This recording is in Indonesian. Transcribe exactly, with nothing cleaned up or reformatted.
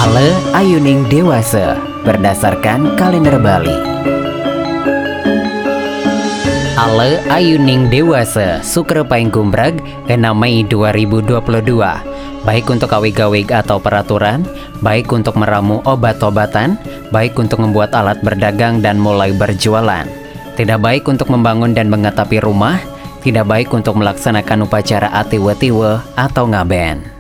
Ale Ayuning Dewasa berdasarkan kalender Bali. Ale Ayuning Dewasa Sukra Paing Gumbrag enam Mei dua ribu dua puluh dua. Baik untuk awig-awig atau peraturan, baik untuk meramu obat-obatan, baik untuk membuat alat berdagang dan mulai berjualan. Tidak baik untuk membangun dan mengetapi rumah, tidak baik untuk melaksanakan upacara atiwe-tiwe atau ngaben.